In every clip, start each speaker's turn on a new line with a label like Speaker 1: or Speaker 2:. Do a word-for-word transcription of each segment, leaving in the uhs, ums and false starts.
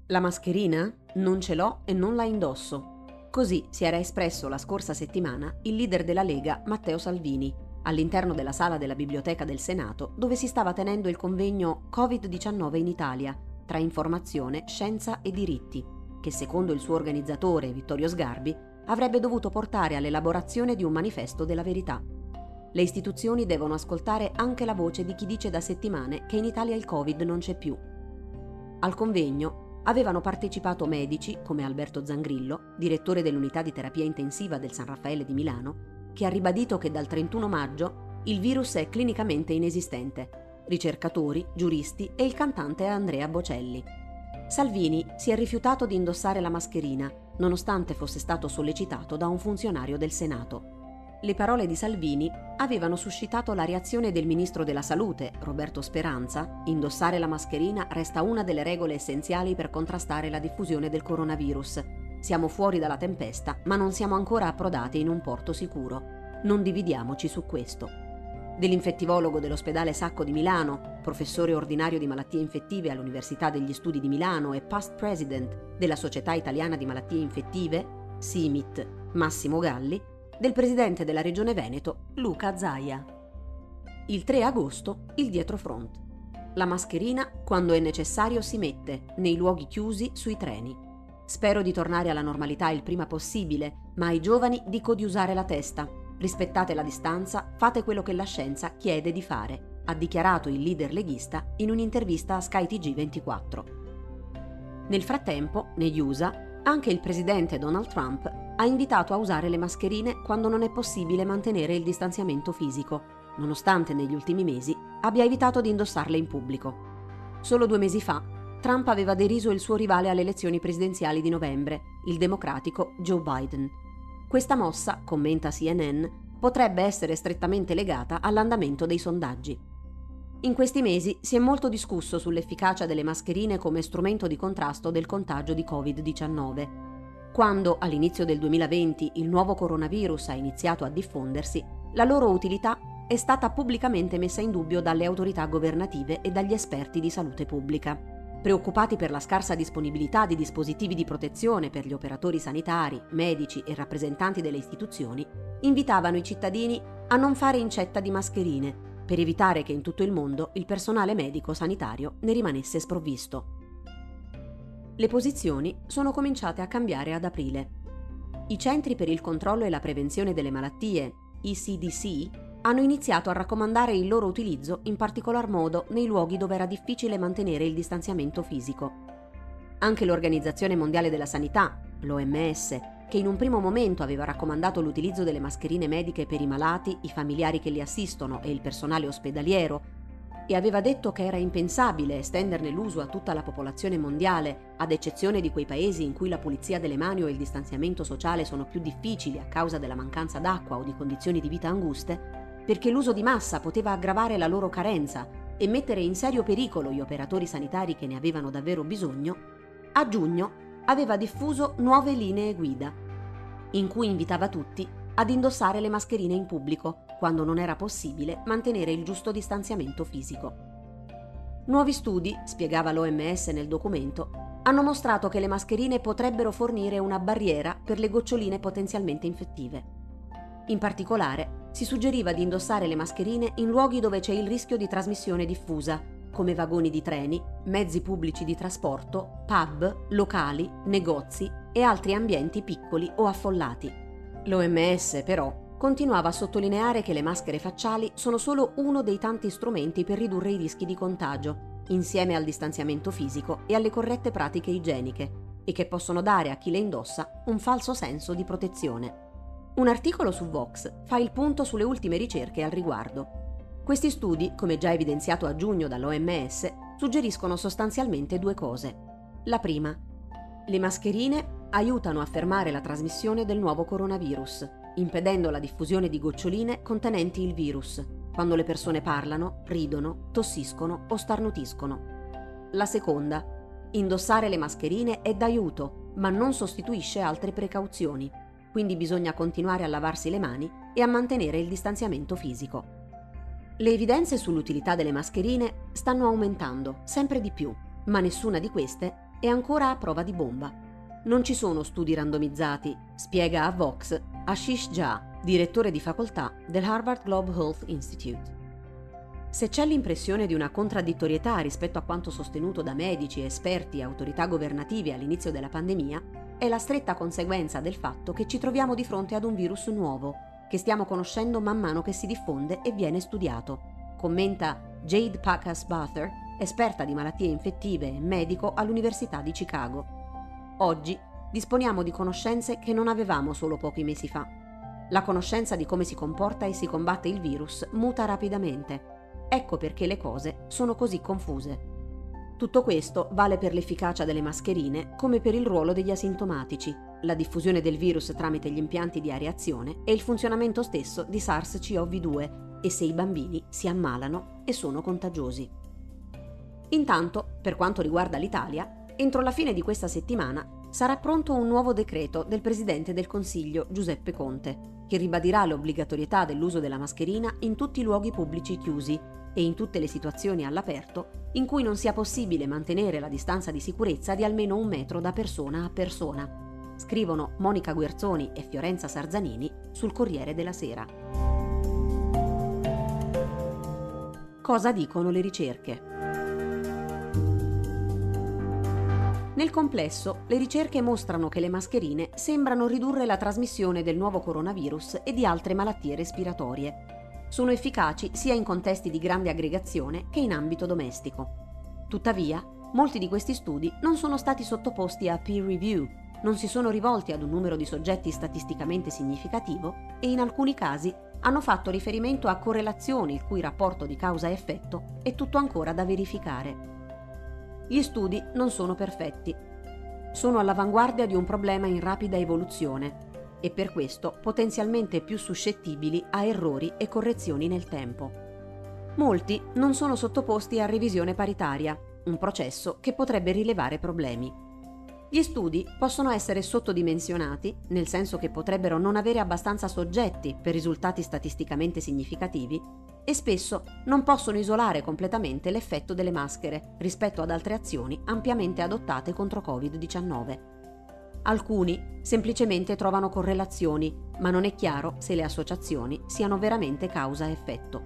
Speaker 1: La mascherina? Non ce l'ho e non la indosso. Così si era espresso la scorsa settimana il leader della Lega Matteo Salvini, all'interno della sala della Biblioteca del Senato, dove si stava tenendo il convegno covid diciannove in Italia, tra informazione, scienza e diritti, che secondo il suo organizzatore Vittorio Sgarbi avrebbe dovuto portare all'elaborazione di un manifesto della verità. Le istituzioni devono ascoltare anche la voce di chi dice da settimane che in Italia il Covid non c'è più. Al convegno avevano partecipato medici come Alberto Zangrillo, direttore dell'unità di terapia intensiva del San Raffaele di Milano, che ha ribadito che dal trentuno maggio il virus è clinicamente inesistente, ricercatori, giuristi e il cantante Andrea Bocelli. Salvini si è rifiutato di indossare la mascherina, nonostante fosse stato sollecitato da un funzionario del Senato. Le parole di Salvini avevano suscitato la reazione del ministro della Salute, Roberto Speranza: indossare la mascherina resta una delle regole essenziali per contrastare la diffusione del coronavirus. Siamo fuori dalla tempesta, ma non siamo ancora approdati in un porto sicuro. Non dividiamoci su questo. Dell'infettivologo dell'ospedale Sacco di Milano, professore ordinario di malattie infettive all'Università degli Studi di Milano e past president della Società Italiana di Malattie Infettive, S I M I T, Massimo Galli, del presidente della Regione Veneto, Luca Zaia. Il tre agosto, il dietrofront. La mascherina, quando è necessario, si mette, nei luoghi chiusi, sui treni. Spero di tornare alla normalità il prima possibile, ma ai giovani dico di usare la testa. Rispettate la distanza, fate quello che la scienza chiede di fare, ha dichiarato il leader leghista in un'intervista a Sky T G ventiquattro. Nel frattempo, negli U S A, anche il presidente Donald Trump ha invitato a usare le mascherine quando non è possibile mantenere il distanziamento fisico, nonostante negli ultimi mesi abbia evitato di indossarle in pubblico. Solo due mesi fa, Trump aveva deriso il suo rivale alle elezioni presidenziali di novembre, il democratico Joe Biden. Questa mossa, commenta C N N, potrebbe essere strettamente legata all'andamento dei sondaggi. In questi mesi si è molto discusso sull'efficacia delle mascherine come strumento di contrasto del contagio di covid diciannove. Quando, all'inizio del duemilaventi, il nuovo coronavirus ha iniziato a diffondersi, la loro utilità è stata pubblicamente messa in dubbio dalle autorità governative e dagli esperti di salute pubblica. Preoccupati per la scarsa disponibilità di dispositivi di protezione per gli operatori sanitari, medici e rappresentanti delle istituzioni, invitavano i cittadini a non fare incetta di mascherine, per evitare che in tutto il mondo il personale medico sanitario ne rimanesse sprovvisto. Le posizioni sono cominciate a cambiare ad aprile. I Centri per il controllo e la prevenzione delle malattie, I C D C, hanno iniziato a raccomandare il loro utilizzo in particolar modo nei luoghi dove era difficile mantenere il distanziamento fisico. Anche l'Organizzazione Mondiale della Sanità, l'O M S, che in un primo momento aveva raccomandato l'utilizzo delle mascherine mediche per i malati, i familiari che li assistono e il personale ospedaliero, e aveva detto che era impensabile estenderne l'uso a tutta la popolazione mondiale, ad eccezione di quei paesi in cui la pulizia delle mani o il distanziamento sociale sono più difficili a causa della mancanza d'acqua o di condizioni di vita anguste, perché l'uso di massa poteva aggravare la loro carenza e mettere in serio pericolo gli operatori sanitari che ne avevano davvero bisogno, a giugno aveva diffuso nuove linee guida, in cui invitava tutti ad indossare le mascherine in pubblico, quando non era possibile mantenere il giusto distanziamento fisico. Nuovi studi, spiegava l'O M S nel documento, hanno mostrato che le mascherine potrebbero fornire una barriera per le goccioline potenzialmente infettive. In particolare, si suggeriva di indossare le mascherine in luoghi dove c'è il rischio di trasmissione diffusa, come vagoni di treni, mezzi pubblici di trasporto, pub, locali, negozi e altri ambienti piccoli o affollati. L'O M S, però, continuava a sottolineare che le maschere facciali sono solo uno dei tanti strumenti per ridurre i rischi di contagio, insieme al distanziamento fisico e alle corrette pratiche igieniche, e che possono dare a chi le indossa un falso senso di protezione. Un articolo su Vox fa il punto sulle ultime ricerche al riguardo. Questi studi, come già evidenziato a giugno dall'O M S, suggeriscono sostanzialmente due cose. La prima: le mascherine aiutano a fermare la trasmissione del nuovo coronavirus, impedendo la diffusione di goccioline contenenti il virus, quando le persone parlano, ridono, tossiscono o starnutiscono. La seconda: indossare le mascherine è d'aiuto, ma non sostituisce altre precauzioni, quindi bisogna continuare a lavarsi le mani e a mantenere il distanziamento fisico. Le evidenze sull'utilità delle mascherine stanno aumentando sempre di più, ma nessuna di queste è ancora a prova di bomba. Non ci sono studi randomizzati, spiega a Vox Ashish Jha, direttore di facoltà del Harvard Globe Health Institute. Se c'è l'impressione di una contraddittorietà rispetto a quanto sostenuto da medici, esperti e autorità governative all'inizio della pandemia, è la stretta conseguenza del fatto che ci troviamo di fronte ad un virus nuovo, che stiamo conoscendo man mano che si diffonde e viene studiato, commenta Jade Pacas-Bather, esperta di malattie infettive e medico all'Università di Chicago. Oggi disponiamo di conoscenze che non avevamo solo pochi mesi fa. La conoscenza di come si comporta e si combatte il virus muta rapidamente. Ecco perché le cose sono così confuse. Tutto questo vale per l'efficacia delle mascherine come per il ruolo degli asintomatici, la diffusione del virus tramite gli impianti di areazione e il funzionamento stesso di SARS-C o V due e se i bambini si ammalano e sono contagiosi. Intanto, per quanto riguarda l'Italia, entro la fine di questa settimana sarà pronto un nuovo decreto del Presidente del Consiglio Giuseppe Conte, che ribadirà l'obbligatorietà dell'uso della mascherina in tutti i luoghi pubblici chiusi e in tutte le situazioni all'aperto in cui non sia possibile mantenere la distanza di sicurezza di almeno un metro da persona a persona, scrivono Monica Guerzoni e Fiorenza Sarzanini sul Corriere della Sera. Cosa dicono le ricerche? Nel complesso, le ricerche mostrano che le mascherine sembrano ridurre la trasmissione del nuovo coronavirus e di altre malattie respiratorie. Sono efficaci sia in contesti di grande aggregazione che in ambito domestico. Tuttavia, molti di questi studi non sono stati sottoposti a peer review, non si sono rivolti ad un numero di soggetti statisticamente significativo e in alcuni casi hanno fatto riferimento a correlazioni il cui rapporto di causa-effetto è tutto ancora da verificare. Gli studi non sono perfetti. Sono all'avanguardia di un problema in rapida evoluzione e per questo potenzialmente più suscettibili a errori e correzioni nel tempo. Molti non sono sottoposti a revisione paritaria, un processo che potrebbe rilevare problemi. Gli studi possono essere sottodimensionati, nel senso che potrebbero non avere abbastanza soggetti per risultati statisticamente significativi, e spesso non possono isolare completamente l'effetto delle maschere rispetto ad altre azioni ampiamente adottate contro covid diciannove. Alcuni semplicemente trovano correlazioni, ma non è chiaro se le associazioni siano veramente causa-effetto.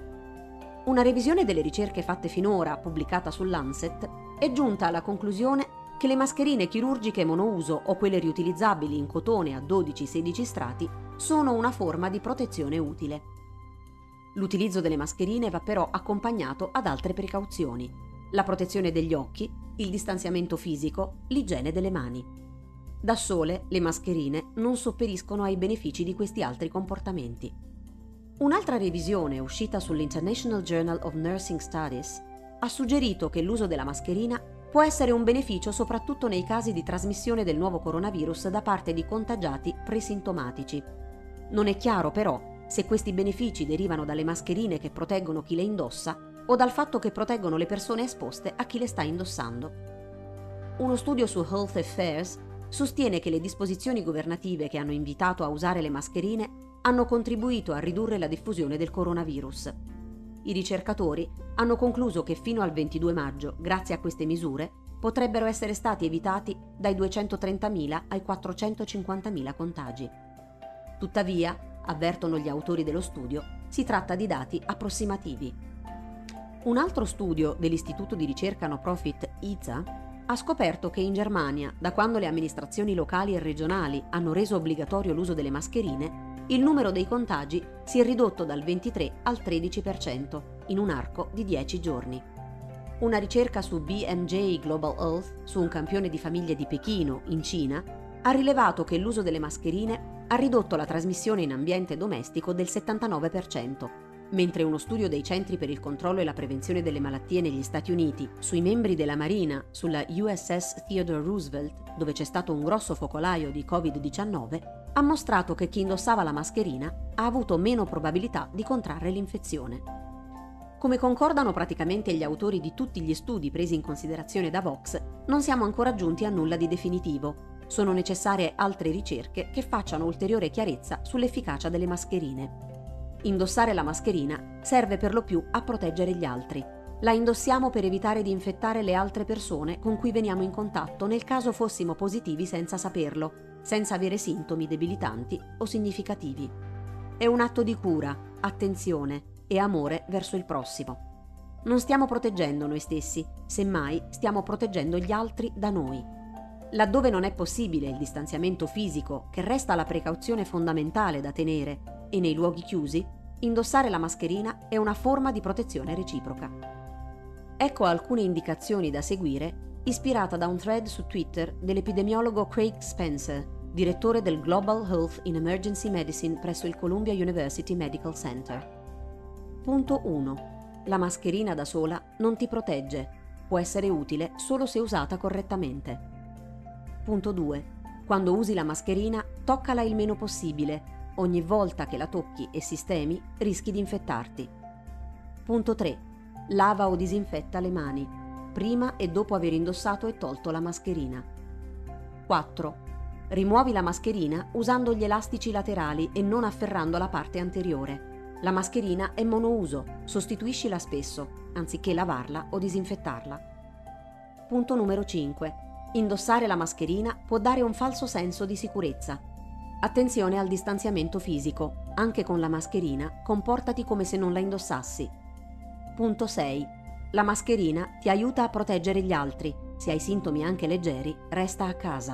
Speaker 1: Una revisione delle ricerche fatte finora, pubblicata sul Lancet, è giunta alla conclusione che le mascherine chirurgiche monouso o quelle riutilizzabili in cotone a dodici sedici strati sono una forma di protezione utile. L'utilizzo delle mascherine va però accompagnato ad altre precauzioni: la protezione degli occhi, il distanziamento fisico, l'igiene delle mani. Da sole, le mascherine non sopperiscono ai benefici di questi altri comportamenti. Un'altra revisione uscita sull'International Journal of Nursing Studies ha suggerito che l'uso della mascherina può essere un beneficio soprattutto nei casi di trasmissione del nuovo coronavirus da parte di contagiati presintomatici. Non è chiaro però se questi benefici derivano dalle mascherine che proteggono chi le indossa o dal fatto che proteggono le persone esposte a chi le sta indossando. Uno studio su Health Affairs sostiene che le disposizioni governative che hanno invitato a usare le mascherine hanno contribuito a ridurre la diffusione del coronavirus. I ricercatori hanno concluso che fino al ventidue maggio, grazie a queste misure, potrebbero essere stati evitati dai duecentotrentamila ai quattrocentocinquantamila contagi. Tuttavia, avvertono gli autori dello studio, si tratta di dati approssimativi. Un altro studio dell'istituto di ricerca no profit I Z A ha scoperto che in Germania, da quando le amministrazioni locali e regionali hanno reso obbligatorio l'uso delle mascherine, il numero dei contagi si è ridotto dal ventitré al tredici per cento in un arco di dieci giorni. Una ricerca su B M J Global Health su un campione di famiglie di Pechino, in Cina, ha rilevato che l'uso delle mascherine ha ridotto la trasmissione in ambiente domestico del settantanove per cento, mentre uno studio dei Centri per il controllo e la prevenzione delle malattie negli Stati Uniti sui membri della Marina sulla U S S Theodore Roosevelt, dove c'è stato un grosso focolaio di covid diciannove, ha mostrato che chi indossava la mascherina ha avuto meno probabilità di contrarre l'infezione. Come concordano praticamente gli autori di tutti gli studi presi in considerazione da Vox, non siamo ancora giunti a nulla di definitivo. Sono necessarie altre ricerche che facciano ulteriore chiarezza sull'efficacia delle mascherine. Indossare la mascherina serve per lo più a proteggere gli altri. La indossiamo per evitare di infettare le altre persone con cui veniamo in contatto nel caso fossimo positivi senza saperlo, senza avere sintomi debilitanti o significativi. È un atto di cura, attenzione e amore verso il prossimo. Non stiamo proteggendo noi stessi, semmai stiamo proteggendo gli altri da noi. Laddove non è possibile il distanziamento fisico, che resta la precauzione fondamentale da tenere, e nei luoghi chiusi, indossare la mascherina è una forma di protezione reciproca. Ecco alcune indicazioni da seguire, ispirata da un thread su Twitter dell'epidemiologo Craig Spencer, direttore del Global Health in Emergency Medicine presso il Columbia University Medical Center. Punto uno. La mascherina da sola non ti protegge, può essere utile solo se usata correttamente. Punto due. Quando usi la mascherina, toccala il meno possibile. Ogni volta che la tocchi e sistemi, rischi di infettarti. Punto tre. Lava o disinfetta le mani, prima e dopo aver indossato e tolto la mascherina. quattro. Rimuovi la mascherina usando gli elastici laterali e non afferrando la parte anteriore. La mascherina è monouso, sostituiscila spesso, anziché lavarla o disinfettarla. Punto numero cinque. Indossare la mascherina può dare un falso senso di sicurezza. Attenzione al distanziamento fisico, anche con la mascherina comportati come se non la indossassi. Punto sei. La mascherina ti aiuta a proteggere gli altri, se hai sintomi anche leggeri, resta a casa.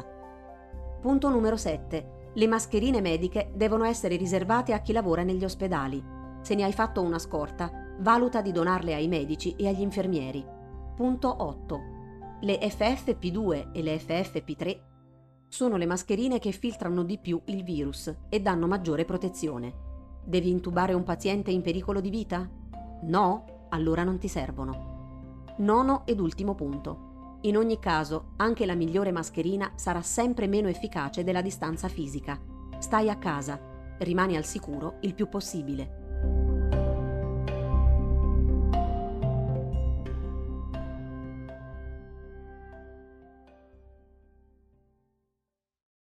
Speaker 1: Punto numero sette. Le mascherine mediche devono essere riservate a chi lavora negli ospedali. Se ne hai fatto una scorta, valuta di donarle ai medici e agli infermieri. Punto otto. Le F F P due e le F F P tre sono le mascherine che filtrano di più il virus e danno maggiore protezione. Devi intubare un paziente in pericolo di vita? No? Allora non ti servono. Nono ed ultimo punto. In ogni caso, anche la migliore mascherina sarà sempre meno efficace della distanza fisica. Stai a casa, rimani al sicuro il più possibile.